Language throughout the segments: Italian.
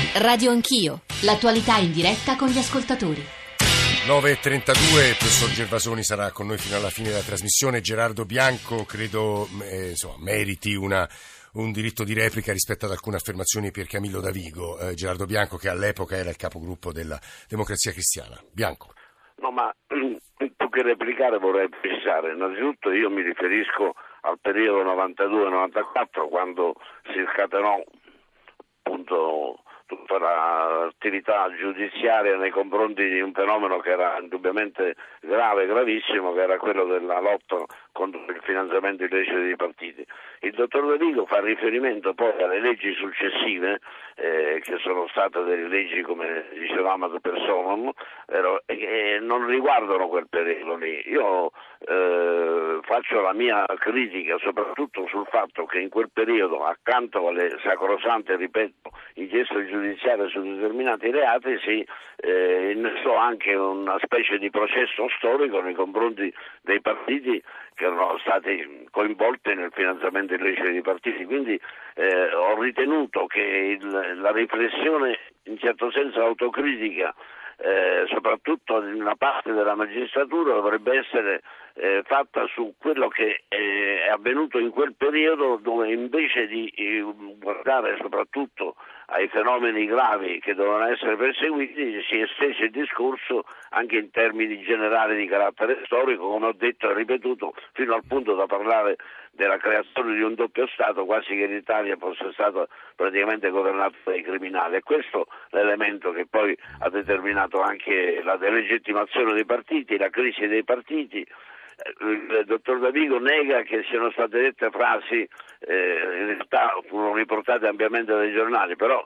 Radio Anch'io, l'attualità in diretta con gli ascoltatori. 9.32, il professor Gervasoni sarà con noi fino alla fine della trasmissione. Gerardo Bianco credo meriti un diritto di replica rispetto ad alcune affermazioni di Piercamillo Davigo. Gerardo Bianco, che all'epoca era il capogruppo della Democrazia Cristiana. Bianco. No, ma più che replicare vorrei precisare. Innanzitutto io mi riferisco al periodo 92-94, quando si scatenò appunto tutta l'attività giudiziaria nei confronti di un fenomeno che era indubbiamente grave, gravissimo, che era quello della lotta contro il finanziamento illecito dei partiti. Il dottor Davigo fa riferimento poi alle leggi successive, che sono state delle leggi, come dicevamo, ad personam, che non riguardano quel periodo lì. Io faccio la mia critica soprattutto sul fatto che in quel periodo, accanto alle sacrosante, ripeto, inchieste giudiziarie su determinati reati, si innestò anche una specie di processo storico nei confronti dei partiti che erano stati coinvolti nel finanziamento illecito dei partiti. Quindi ho ritenuto che la riflessione, in certo senso autocritica, soprattutto in una parte della magistratura, dovrebbe essere fatta su quello che è avvenuto in quel periodo, dove invece di guardare soprattutto ai fenomeni gravi che dovevano essere perseguiti, si è esteso il discorso anche in termini generali di carattere storico, come ho detto e ripetuto, fino al punto da parlare della creazione di un doppio Stato, quasi che l'Italia fosse stata praticamente governata dai criminali. E questo è l'elemento che poi ha determinato anche la delegittimazione dei partiti, la crisi dei partiti. Il dottor Davigo nega che siano state dette frasi, in realtà furono riportate ampiamente dai giornali, però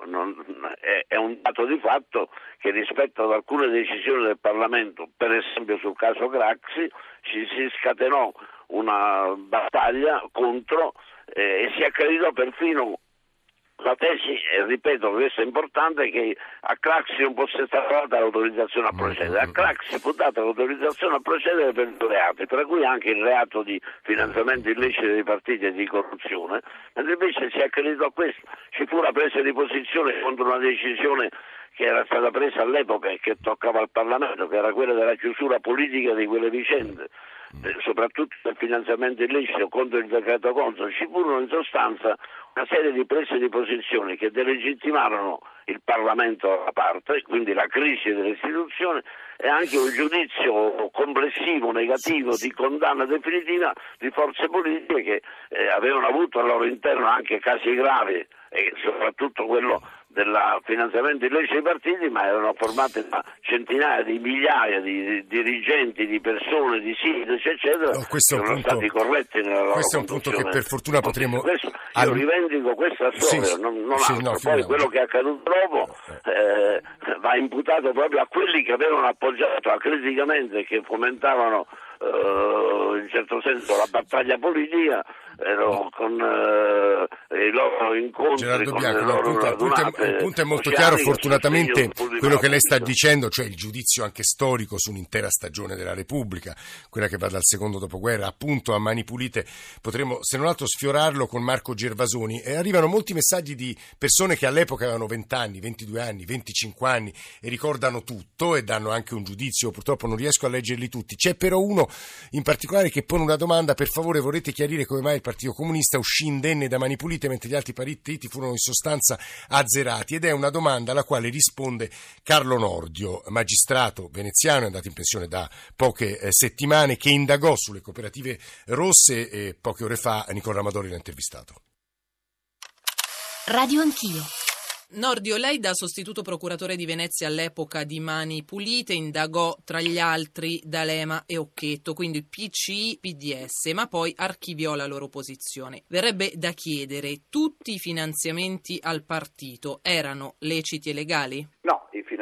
è un dato di fatto che rispetto ad alcune decisioni del Parlamento, per esempio sul caso Craxi, si scatenò una battaglia contro e si accreditò perfino la tesi, e ripeto, questo è importante, che a Craxi non fosse stata data l'autorizzazione a procedere. A Craxi fu data l'autorizzazione a procedere per due reati, tra cui anche il reato di finanziamento illecito dei partiti e di corruzione, mentre invece si accreditò questo. Ci fu una presa di posizione contro una decisione che era stata presa all'epoca e che toccava al Parlamento, che era quella della chiusura politica di quelle vicende, soprattutto del finanziamento illecito contro il decreto Consoli. Ci furono in sostanza una serie di prese di posizione che delegittimarono il Parlamento da parte, quindi la crisi delle istituzioni, e anche un giudizio complessivo negativo di condanna definitiva di forze politiche che avevano avuto al loro interno anche casi gravi, e soprattutto quello del finanziamento illecito dei partiti, ma erano formate da centinaia di migliaia di dirigenti, di persone, di sindaci, eccetera, che sono stati corretti nella loro Questo è un punto che per fortuna potremo... Io rivendico questa storia, non altro. Poi quello che è accaduto dopo va imputato proprio a quelli che avevano appoggiato acriticamente e che fomentavano in certo senso la battaglia politica, con i loro incontri. Gerardo con Bianco, le loro il punto è molto chiaro. Fortunatamente quello che lei sta dicendo, cioè il giudizio anche storico su un'intera stagione della Repubblica, quella che va dal secondo dopoguerra appunto a Mani Pulite, potremmo se non altro sfiorarlo con Marco Gervasoni. E arrivano molti messaggi di persone che all'epoca avevano 20 anni, 22 anni, 25 anni e ricordano tutto e danno anche un giudizio. Purtroppo non riesco a leggerli tutti. C'è però uno in particolare che pone una domanda: per favore, vorrete chiarire come mai il Partito Comunista uscì indenne da Mani Pulite mentre gli altri partiti furono in sostanza azzerati? Ed è una domanda alla quale risponde Carlo Nordio, magistrato veneziano, è andato in pensione da poche settimane, che indagò sulle cooperative rosse, e poche ore fa Nicola Amadori l'ha intervistato. Radio Anch'io. Nordio, lei da sostituto procuratore di Venezia all'epoca di Mani Pulite indagò tra gli altri D'Alema e Occhetto, quindi PCI, PDS, ma poi archiviò la loro posizione. Verrebbe da chiedere: tutti i finanziamenti al partito erano leciti e legali? No, i finanziamenti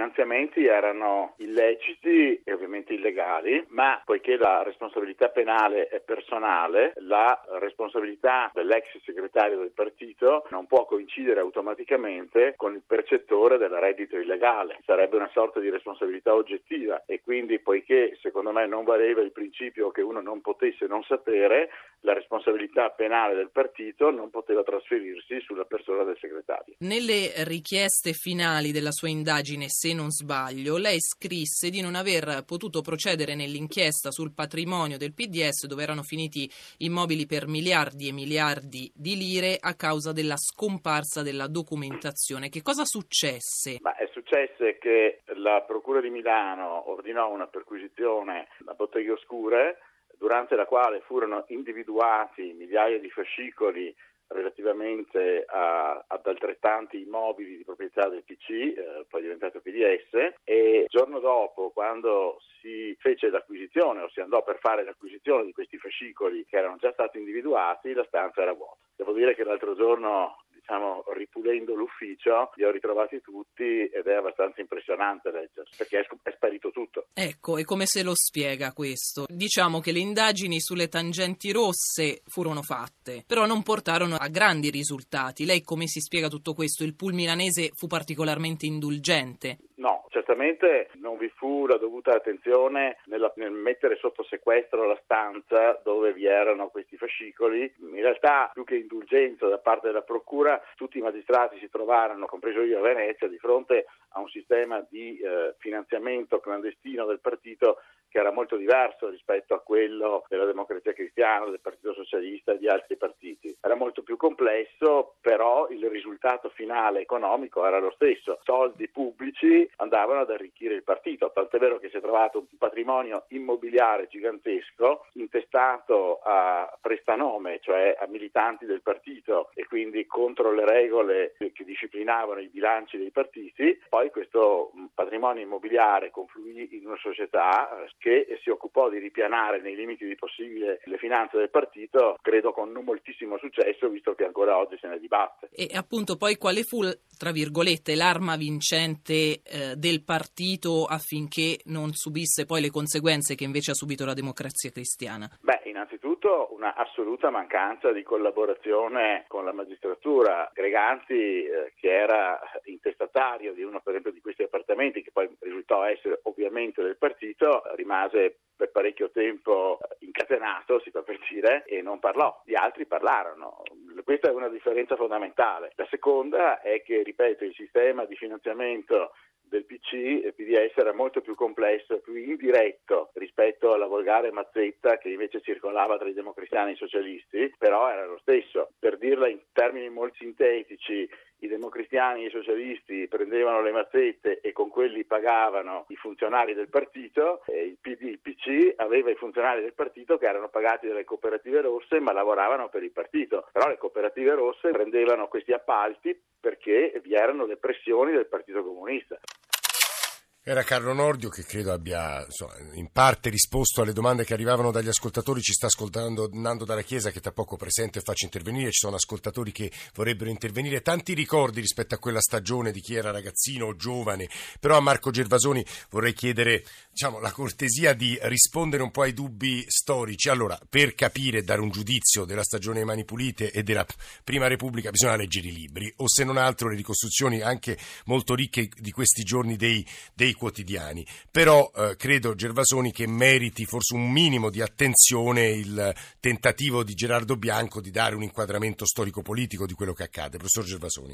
finanziamenti erano illeciti e ovviamente illegali, ma poiché la responsabilità penale è personale, la responsabilità dell'ex segretario del partito non può coincidere automaticamente con il percettore del reddito illegale. Sarebbe una sorta di responsabilità oggettiva e quindi, poiché secondo me non valeva il principio che uno non potesse non sapere, la responsabilità penale del partito non poteva trasferirsi sulla persona del segretario. Nelle richieste finali della sua indagine, se non sbaglio, lei scrisse di non aver potuto procedere nell'inchiesta sul patrimonio del PDS, dove erano finiti immobili per miliardi e miliardi di lire a causa della scomparsa della documentazione. Che cosa successe? È successo che la Procura di Milano ordinò una perquisizione a Botteghe Oscure, durante la quale furono individuati migliaia di fascicoli relativamente ad altrettanti immobili di proprietà del PC, poi diventato PDS, e il giorno dopo, quando si fece l'acquisizione o si andò per fare l'acquisizione di questi fascicoli che erano già stati individuati, la stanza era vuota. Devo dire che l'altro giorno, ripulendo l'ufficio, li ho ritrovati tutti ed è abbastanza impressionante leggerli, perché è sparito tutto. Ecco, e come se lo spiega questo? Diciamo che le indagini sulle tangenti rosse furono fatte, però non portarono a grandi risultati. Lei come si spiega tutto questo? Il pool milanese fu particolarmente indulgente? No, certamente non vi fu la dovuta attenzione nel mettere sotto sequestro la stanza dove vi erano questi fascicoli. In realtà, più che indulgenza da parte della Procura, tutti i magistrati si trovarono, compreso io a Venezia, di fronte a un sistema di finanziamento clandestino del partito che era molto diverso rispetto a quello della Democrazia Cristiana, del Partito Socialista e di altri partiti. Era molto più complesso, però il risultato finale economico era lo stesso. Soldi pubblici andavano ad arricchire il partito, tant'è vero che si è trovato un patrimonio immobiliare gigantesco intestato a prestanome, cioè a militanti del partito, e quindi contro le regole che disciplinavano i bilanci dei partiti. Poi questo patrimonio immobiliare confluì in una società che si occupò di ripianare nei limiti di possibile le finanze del partito, credo con non moltissimo successo, visto che ancora oggi se ne dibatte. E appunto poi quale fu, tra virgolette, l'arma vincente del partito affinché non subisse poi le conseguenze che invece ha subito la Democrazia Cristiana? Innanzitutto una assoluta mancanza di collaborazione con la magistratura. Greganti, che era intestatario di uno per esempio di questi appartamenti, che poi risultò essere ovviamente del partito, rimase per parecchio tempo incatenato, si fa per dire, e non parlò. Gli altri parlarono. Questa è una differenza fondamentale. La seconda è che, ripeto, il sistema di finanziamento del PC e PDS era molto più complesso e più indiretto rispetto alla volgare mazzetta che invece circolava tra i democristiani e i socialisti, però era lo stesso. Per dirla in termini molto sintetici, i democristiani e i socialisti prendevano le mazzette e con quelli pagavano i funzionari del partito, e il PC aveva i funzionari del partito che erano pagati dalle cooperative rosse ma lavoravano per il partito. Però le cooperative rosse prendevano questi appalti perché vi erano le pressioni del Partito Comunista. Era Carlo Nordio, che credo abbia in parte risposto alle domande che arrivavano dagli ascoltatori. Ci sta ascoltando Nando Dalla Chiesa, che tra poco presento e faccio intervenire. Ci sono ascoltatori che vorrebbero intervenire. Tanti ricordi rispetto a quella stagione di chi era ragazzino o giovane. Però a Marco Gervasoni vorrei chiedere la cortesia di rispondere un po' ai dubbi storici. Allora, per capire e dare un giudizio della stagione dei Mani Pulite e della Prima Repubblica bisogna leggere i libri, o se non altro le ricostruzioni anche molto ricche di questi giorni dei quotidiani. Però credo, Gervasoni, che meriti forse un minimo di attenzione il tentativo di Gerardo Bianco di dare un inquadramento storico-politico di quello che accade. Professor Gervasoni.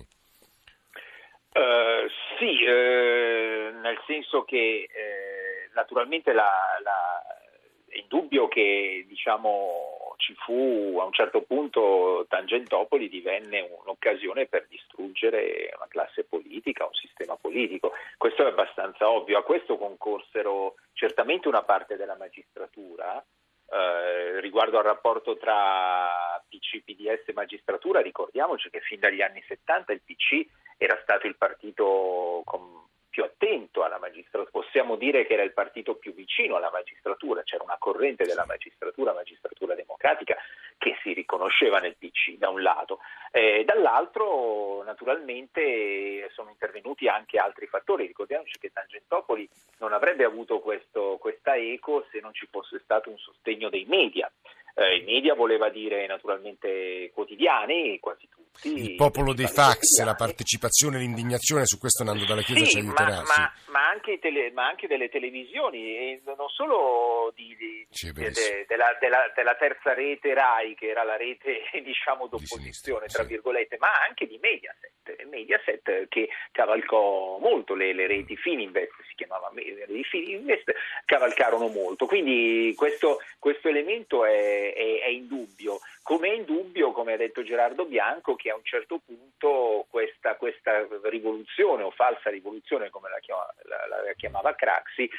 Sì, nel senso che naturalmente è indubbio che ci fu a un certo punto Tangentopoli divenne un'occasione per distruggere una classe politica, un sistema politico. Questo è abbastanza ovvio. A questo concorsero certamente una parte della magistratura. Riguardo al rapporto tra PC, PDS e magistratura, ricordiamoci che fin dagli anni 70 il PC era stato il partito più attento alla magistratura, possiamo dire che era il partito più vicino alla magistratura. C'era una corrente della magistratura democratica, che che si riconosceva nel PC da un lato. Dall'altro naturalmente sono intervenuti anche altri fattori. Ricordiamoci che Tangentopoli non avrebbe avuto questa eco se non ci fosse stato un sostegno dei media. I media voleva dire naturalmente quotidiani, quasi tutti. Il popolo dei fax, la partecipazione, l'indignazione, su questo Nando Dalla Chiesa ci aiuterà. Ma anche delle televisioni, e non solo della terza rete Rai, che era la rete diciamo d'opposizione, tra virgolette, ma anche di Mediaset che cavalcò molto le reti Fininvest, si chiamava reti Fininvest, cavalcarono molto. Quindi questo elemento è indubbio. Come è indubbio, come ha detto Gerardo Bianco, che a un certo punto questa rivoluzione o falsa rivoluzione, come la chiamava Craxi,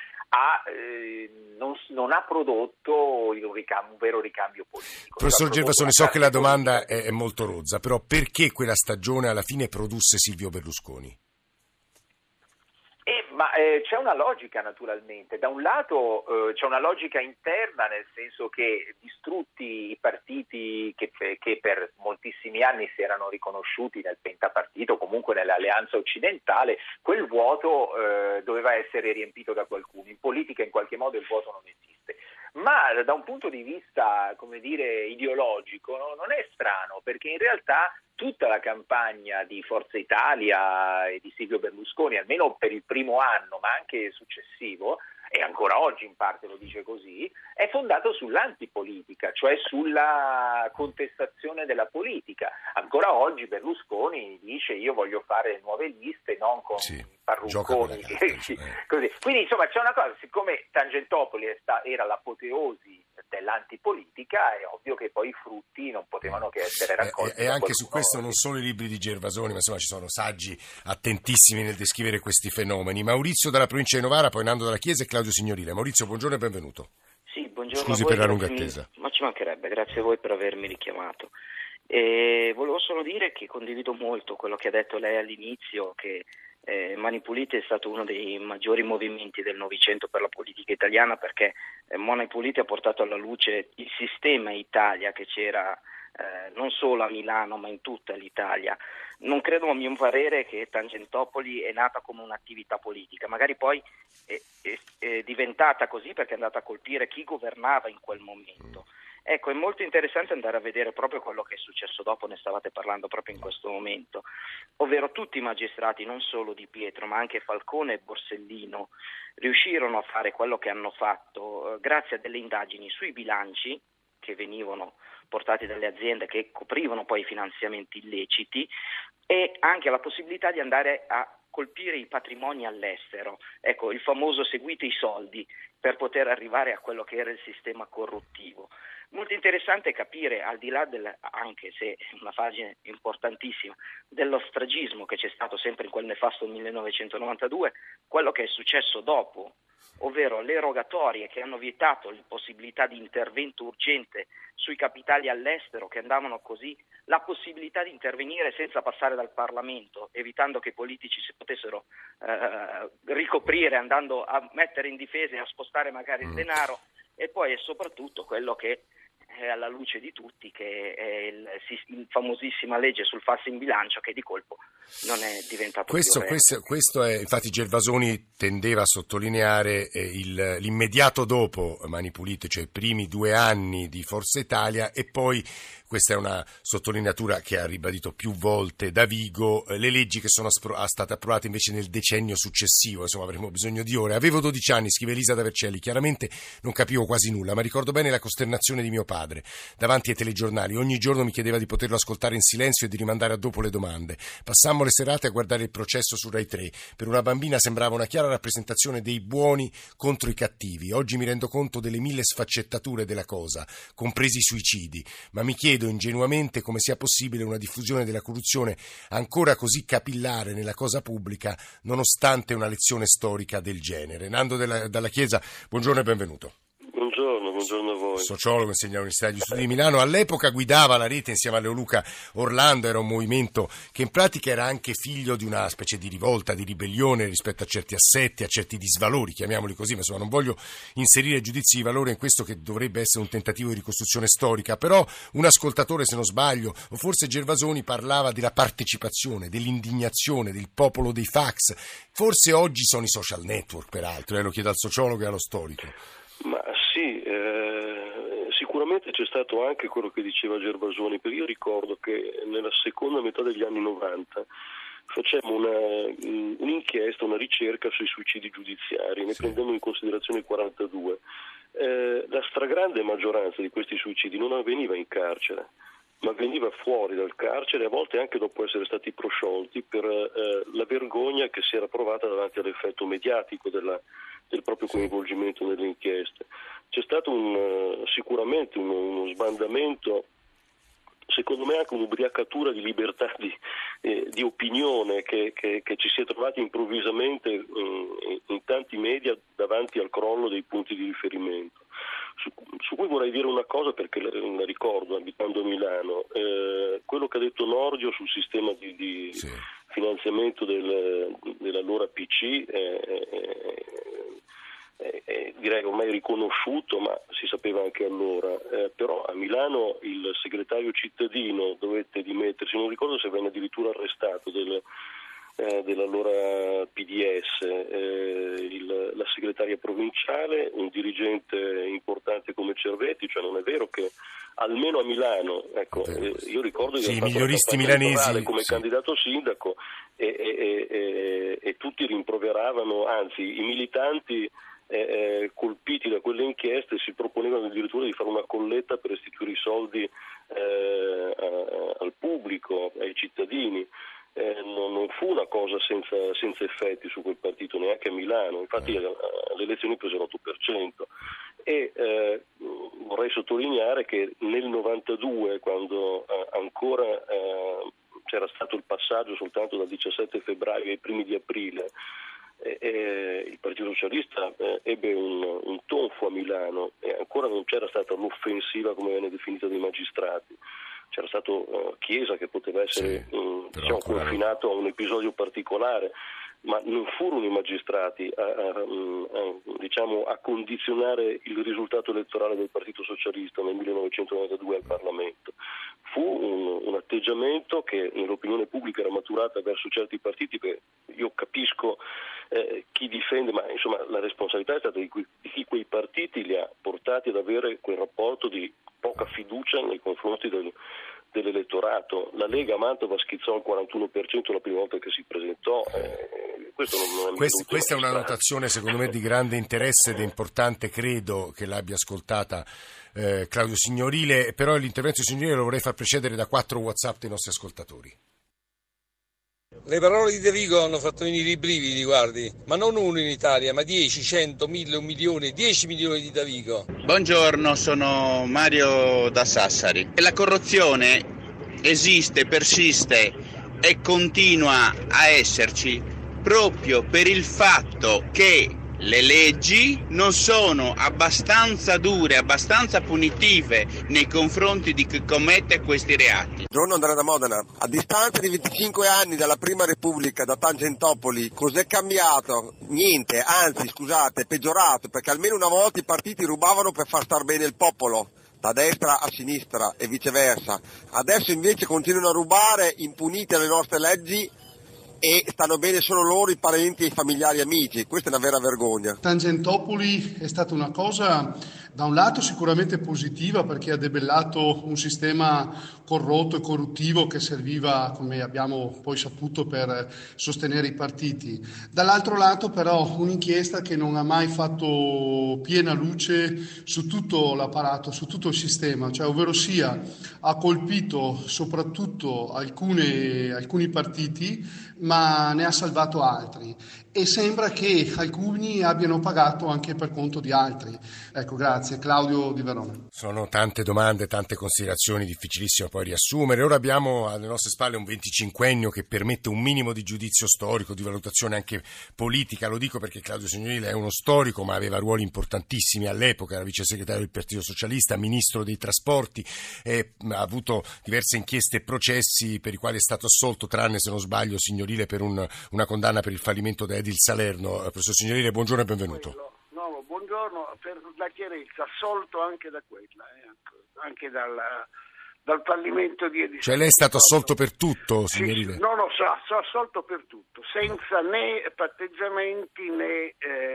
non ha prodotto un vero ricambio politico. Professor Gervasoni, so che la domanda è molto rozza, però perché quella stagione alla fine produsse Silvio Berlusconi? Ma c'è una logica naturalmente. Da un lato c'è una logica interna, nel senso che distrutti i partiti che per moltissimi anni si erano riconosciuti nel pentapartito, comunque nell'alleanza occidentale, quel vuoto doveva essere riempito da qualcuno. In politica in qualche modo il vuoto non esiste. Ma da un punto di vista, come dire, ideologico, no? Non è strano, perché in realtà tutta la campagna di Forza Italia e di Silvio Berlusconi, almeno per il primo anno, ma anche successivo, e ancora oggi in parte lo dice così, è fondato sull'antipolitica, cioè sulla contestazione della politica. Ancora oggi Berlusconi dice: io voglio fare nuove liste, non con parrucconi. Così. Quindi insomma c'è una cosa, siccome Tangentopoli era l'apoteosi dell'antipolitica, è ovvio che poi i frutti non potevano che essere raccolti. E anche su questo non solo i libri di Gervasoni, ma insomma ci sono saggi attentissimi nel descrivere questi fenomeni. Maurizio dalla provincia di Novara, poi Nando Dalla Chiesa e Claudio Signorile. Maurizio, buongiorno e benvenuto. Sì, buongiorno. Scusi a voi, per la lunga attesa. Ma ci mancherebbe, grazie a voi per avermi richiamato. Volevo solo dire che condivido molto quello che ha detto lei all'inizio, che Mani Pulite è stato uno dei maggiori movimenti del Novecento per la politica italiana, perché Mani Pulite ha portato alla luce il sistema Italia che c'era non solo a Milano ma in tutta l'Italia. Non credo, a mio parere, che Tangentopoli è nata come un'attività politica, magari poi è diventata così perché è andata a colpire chi governava in quel momento. Ecco, è molto interessante andare a vedere proprio quello che è successo dopo, ne stavate parlando proprio in questo momento, ovvero tutti i magistrati, non solo Di Pietro ma anche Falcone e Borsellino, riuscirono a fare quello che hanno fatto grazie a delle indagini sui bilanci che venivano portati dalle aziende che coprivano poi i finanziamenti illeciti, e anche la possibilità di andare a colpire i patrimoni all'estero, ecco, il famoso seguite i soldi, per poter arrivare a quello che era il sistema corruttivo. Molto interessante capire, al di là anche se è una fase importantissima, dello stragismo che c'è stato sempre in quel nefasto 1992, quello che è successo dopo, ovvero le rogatorie che hanno vietato la possibilità di intervento urgente sui capitali all'estero, che andavano così la possibilità di intervenire senza passare dal Parlamento, evitando che i politici si potessero ricoprire, andando a mettere in difesa e a spostare magari il denaro, e poi è soprattutto quello che è alla luce di tutti, che è il famosissima legge sul falso in bilancio, che di colpo non è diventato questo è, infatti Gervasoni tendeva a sottolineare l'immediato dopo Mani Pulite, cioè i primi 2 anni di Forza Italia, e poi questa è una sottolineatura che ha ribadito più volte Davigo, le leggi che sono state approvate invece nel decennio successivo, insomma avremo bisogno di ore. Avevo 12 anni, scrive Elisa da Vercelli, chiaramente non capivo quasi nulla, ma ricordo bene la costernazione di mio padre davanti ai telegiornali. Ogni giorno mi chiedeva di poterlo ascoltare in silenzio e di rimandare a dopo le domande. Passammo le serate a guardare il processo su Rai 3. Per una bambina sembrava una chiara rappresentazione dei buoni contro i cattivi. Oggi mi rendo conto delle 1000 sfaccettature della cosa, compresi i suicidi, ma mi chiedo ingenuamente come sia possibile una diffusione della corruzione ancora così capillare nella cosa pubblica, nonostante una lezione storica del genere. Nando Dalla Chiesa, buongiorno e benvenuto. buongiorno a voi. Sociologo, insegna all'Università degli Studi di Milano. All'epoca guidava la rete insieme a Leoluca Orlando, era un movimento che in pratica era anche figlio di una specie di rivolta, di ribellione rispetto a certi assetti, a certi disvalori, chiamiamoli così, ma insomma non voglio inserire giudizi di valore in questo che dovrebbe essere un tentativo di ricostruzione storica, però un ascoltatore, se non sbaglio, o forse Gervasoni, parlava della partecipazione, dell'indignazione, del popolo dei fax. Forse oggi sono i social network, peraltro, lo chiedo al sociologo e allo storico. Ma sì, sicuramente c'è stato anche quello che diceva Gervasoni, perché io ricordo che nella seconda metà degli anni 90 facemmo un'inchiesta, una ricerca sui suicidi giudiziari, ne prendemmo in considerazione 42. La stragrande maggioranza di questi suicidi non avveniva in carcere, ma veniva fuori dal carcere, a volte anche dopo essere stati prosciolti, per la vergogna che si era provata davanti all'effetto mediatico del proprio coinvolgimento nelle inchieste. C'è stato sicuramente uno sbandamento, secondo me anche un'ubriacatura di libertà di opinione che ci si è trovati improvvisamente in tanti media davanti al crollo dei punti di riferimento. Su cui vorrei dire una cosa, perché la ricordo abitando a Milano, quello che ha detto Nordio sul sistema di finanziamento dell'allora PC direi ormai riconosciuto, ma si sapeva anche allora, però a Milano il segretario cittadino dovette dimettersi, non ricordo se venne addirittura arrestato dell'allora PDS, la segretaria provinciale, un dirigente importante come Cervetti, cioè non è vero che almeno a Milano, ecco, io ricordo di i miglioristi milanesi come candidato sindaco e tutti rimproveravano, anzi i militanti colpiti da quelle inchieste si proponevano addirittura di fare una colletta per restituire i soldi al pubblico, ai cittadini. Non fu una cosa senza effetti su quel partito, neanche a Milano, infatti alle elezioni prese l'8%. E vorrei sottolineare che nel 92, quando ancora c'era stato il passaggio soltanto dal 17 febbraio ai primi di aprile, il Partito Socialista ebbe un tonfo a Milano e ancora non c'era stata l'offensiva, come viene definita, dei magistrati. C'era stato Chiesa che poteva essere confinato a un episodio particolare, ma non furono i magistrati a condizionare il risultato elettorale del Partito Socialista nel 1992 al Parlamento. Fu un atteggiamento che nell'opinione pubblica era maturata verso certi partiti, che io capisco chi difende, ma insomma la responsabilità è stata di chi quei partiti li ha portati ad avere quel rapporto di poca fiducia nei confronti dell'elettorato. La Lega a Mantova schizzò il 41% la prima volta che si presentò. Questa è una notazione secondo me di grande interesse ed è importante, credo che l'abbia ascoltata Claudio Signorile, però l'intervento di Signorile lo vorrei far precedere da 4 WhatsApp dei nostri ascoltatori. Le parole di De Vigo hanno fatto venire i brividi, guardi, ma non uno in Italia, ma 10, 100, 1000, 1 milione, 10 milioni di De Vigo. Buongiorno, sono Mario da Sassari. La corruzione esiste, persiste e continua a esserci proprio per il fatto che le leggi non sono abbastanza dure, abbastanza punitive nei confronti di chi commette questi reati. Buongiorno, Andrea da Modena. A distanza di 25 anni dalla Prima Repubblica, da Tangentopoli, cos'è cambiato? Niente, anzi, scusate, è peggiorato, perché almeno una volta i partiti rubavano per far star bene il popolo, da destra a sinistra e viceversa. Adesso invece continuano a rubare impuniti alle nostre leggi e stanno bene solo loro, i parenti e i familiari amici. Questa è una vera vergogna. Tangentopoli è stata una cosa da un lato sicuramente positiva, perché ha debellato un sistema corrotto e corruttivo che serviva, come abbiamo poi saputo, per sostenere i partiti. Dall'altro lato però un'inchiesta che non ha mai fatto piena luce su tutto l'apparato, su tutto il sistema, cioè ovvero sia ha colpito soprattutto alcuni partiti, ma ne ha salvato altri e sembra che alcuni abbiano pagato anche per conto di altri. Ecco, grazie. Claudio di Verona. Sono tante domande, tante considerazioni, difficilissimo poi riassumere. Ora abbiamo alle nostre spalle un 25ennio che permette un minimo di giudizio storico, di valutazione anche politica. Lo dico perché Claudio Signorile è uno storico, ma aveva ruoli importantissimi all'epoca, era vice segretario del Partito Socialista, ministro dei trasporti, ha avuto diverse inchieste e processi per i quali è stato assolto, tranne, se non sbaglio, Signorile, per una condanna per il fallimento da Edil Salerno. Professor Signorile, buongiorno e benvenuto. No, buongiorno, per la chiarezza, assolto anche da quella, anche dal fallimento di Edil Salerno. Cioè lei è stato assolto per tutto, Signorile? Sì, no, sono assolto per tutto, senza né patteggiamenti né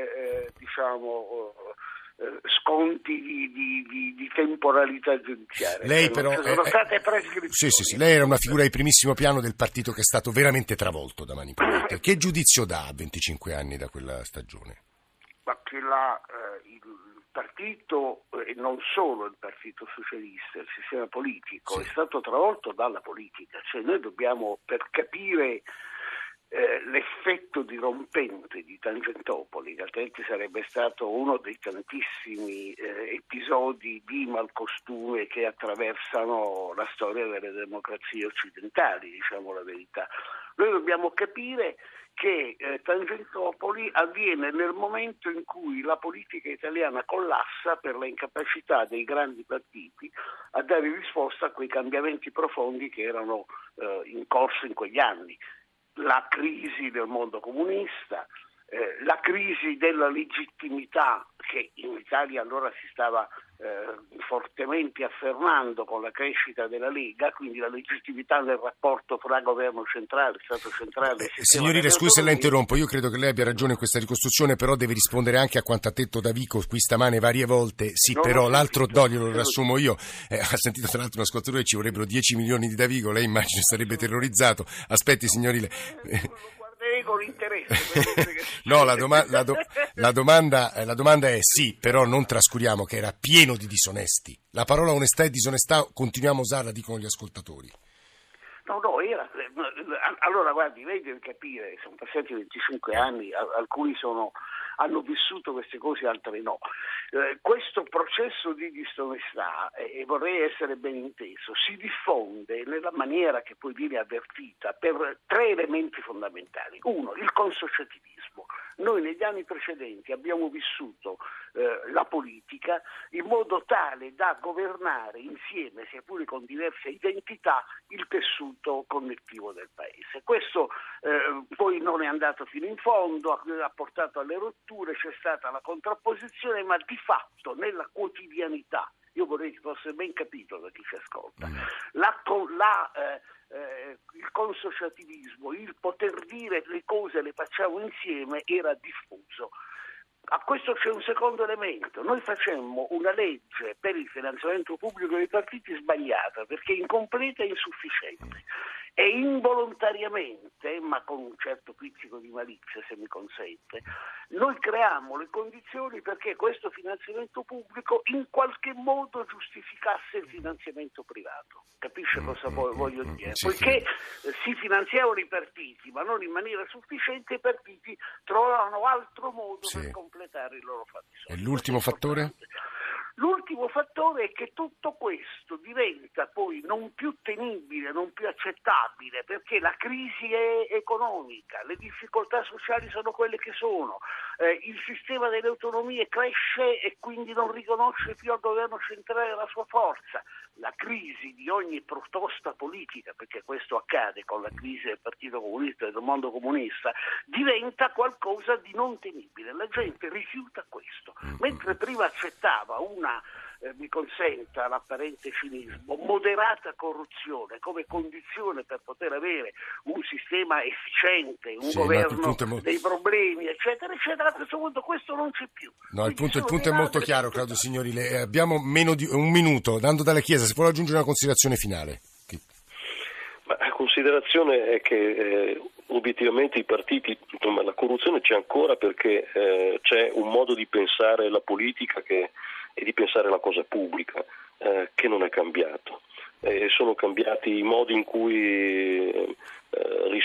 sconti di temporalità giudiziaria. Lei però sono state prescrizioni. Sì, lei era una figura di primissimo piano del partito che è stato veramente travolto da Mani Pulite. Che giudizio dà a 25 anni da quella stagione? Ma che il partito, e non solo il Partito Socialista, il sistema politico, è stato travolto dalla politica. Cioè noi dobbiamo, per capire l'effetto dirompente di Tangentopoli, che altrimenti sarebbe stato uno dei tantissimi episodi di malcostume che attraversano la storia delle democrazie occidentali, diciamo la verità. Noi dobbiamo capire che Tangentopoli avviene nel momento in cui la politica italiana collassa per la incapacità dei grandi partiti a dare risposta a quei cambiamenti profondi che erano in corso in quegli anni. La crisi del mondo comunista, la crisi della legittimità che in Italia allora si stava fortemente affermando con la crescita della Lega, quindi la legittimità del rapporto fra governo centrale, Stato centrale e Signorile, scusi se la interrompo, io credo che lei abbia ragione in questa ricostruzione, però deve rispondere anche a quanto ha detto Davico qui stamane varie volte. Sì, non però l'altro glielo riassumo io, ha sentito tra l'altro un ascoltatore, ci vorrebbero 10 milioni di Davico, lei immagino sarebbe terrorizzato. Aspetti, Signorile. Con interesse. No, la domanda è sì, però non trascuriamo che era pieno di disonesti. La parola onestà e disonestà continuiamo a usarla, dicono gli ascoltatori. No, era. Allora, guardi, lei deve capire, sono passati 25 anni, alcuni hanno vissuto queste cose, altri no. Questo processo di disonestà, e vorrei essere ben inteso, si diffonde nella maniera che poi viene avvertita per 3 elementi fondamentali. Uno, il consociativismo. Noi negli anni precedenti abbiamo vissuto la politica in modo tale da governare insieme, sia pure con diverse identità, il tessuto connettivo del paese. Questo poi non è andato fino in fondo, ha portato alle rotture, c'è stata la contrapposizione, ma di fatto nella quotidianità, io vorrei che fosse ben capito da chi ci ascolta, il consociativismo, il poter dire le cose le facciamo insieme era diffuso. A questo c'è un secondo elemento. Noi facemmo una legge per il finanziamento pubblico dei partiti sbagliata perché incompleta e insufficiente. E involontariamente, ma con un certo pizzico di malizia, se mi consente, noi creiamo le condizioni perché questo finanziamento pubblico in qualche modo giustificasse il finanziamento privato. Capisce cosa voglio dire? Poiché si finanziavano i partiti, ma non in maniera sufficiente, i partiti trovavano altro modo per completare il loro fabbisogno. E l'ultimo fattore? L'ultimo fattore è che tutto questo diventa poi non più tenibile, non più accettabile, perché la crisi è economica, le difficoltà sociali sono quelle che sono, il sistema delle autonomie cresce e quindi non riconosce più al governo centrale la sua forza. La crisi di ogni proposta politica, perché questo accade con la crisi del Partito Comunista e del mondo comunista, diventa qualcosa di non tenibile. La gente rifiuta questo, mentre prima accettava una, mi consenta l'apparente cinismo, moderata corruzione come condizione per poter avere un sistema efficiente, un governo dei problemi, eccetera, eccetera. A questo punto questo non c'è più. No, il punto è molto chiaro, Claudio Signorile. Abbiamo meno di un minuto. Dando dalla Chiesa, se può aggiungere una considerazione finale. Ma la considerazione è che obiettivamente i partiti, insomma, la corruzione c'è ancora perché c'è un modo di pensare la politica e di pensare la cosa pubblica che non è cambiato. Sono cambiati i modi in cui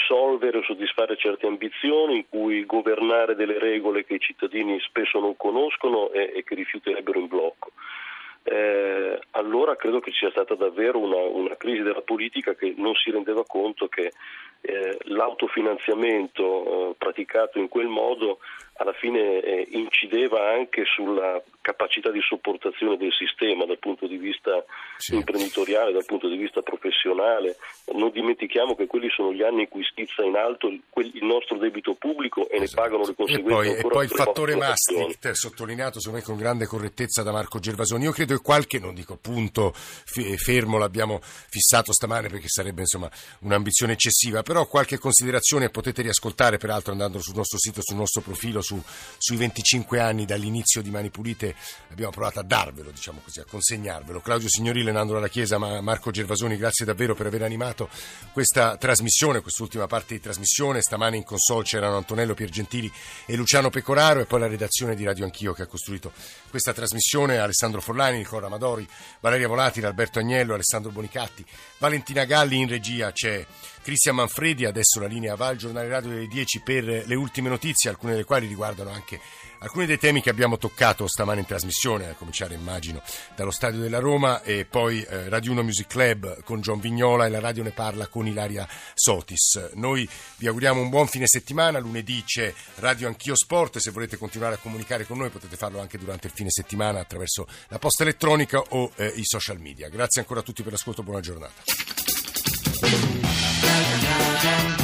assolvere o soddisfare certe ambizioni, in cui governare delle regole che i cittadini spesso non conoscono e che rifiuterebbero in blocco. Allora credo che ci sia stata davvero una crisi della politica, che non si rendeva conto che l'autofinanziamento praticato in quel modo alla fine incideva anche sulla capacità di sopportazione del sistema dal punto di vista imprenditoriale, dal punto di vista professionale. Non dimentichiamo che quelli sono gli anni in cui schizza in alto il nostro debito pubblico e ne pagano le conseguenze. E poi il fattore Maastricht, sottolineato secondo me con grande correttezza da Marco Gervasoni. Io credo che qualche, non dico punto fermo l'abbiamo fissato stamane, perché sarebbe insomma un'ambizione eccessiva, però qualche considerazione potete riascoltare, peraltro andando sul nostro sito, sul nostro profilo, sui 25 anni dall'inizio di Mani Pulite. Abbiamo provato a darvelo, diciamo così, a consegnarvelo. Claudio Signorile, Nando Dalla Chiesa, Marco Gervasoni, grazie davvero per aver animato questa trasmissione, quest'ultima parte di trasmissione. Stamane in console c'erano Antonello Piergentili e Luciano Pecoraro, e poi la redazione di Radio Anch'io che ha costruito questa trasmissione: Alessandro Forlani, Nicola Amadori, Valeria Volatile, Alberto Agnello, Alessandro Bonicatti, Valentina Galli. In regia c'è Cristian Manfredi. Adesso la linea va al giornale radio delle 10 per le ultime notizie, alcune delle quali riguardano anche alcuni dei temi che abbiamo toccato stamane in trasmissione, a cominciare immagino dallo Stadio della Roma, e poi Radio 1 Music Club con John Vignola e la Radio Ne Parla con Ilaria Sotis. Noi vi auguriamo un buon fine settimana. Lunedì c'è Radio Anch'io Sport, se volete continuare a comunicare con noi potete farlo anche durante il fine settimana attraverso la posta elettronica o i social media. Grazie ancora a tutti per l'ascolto, buona giornata.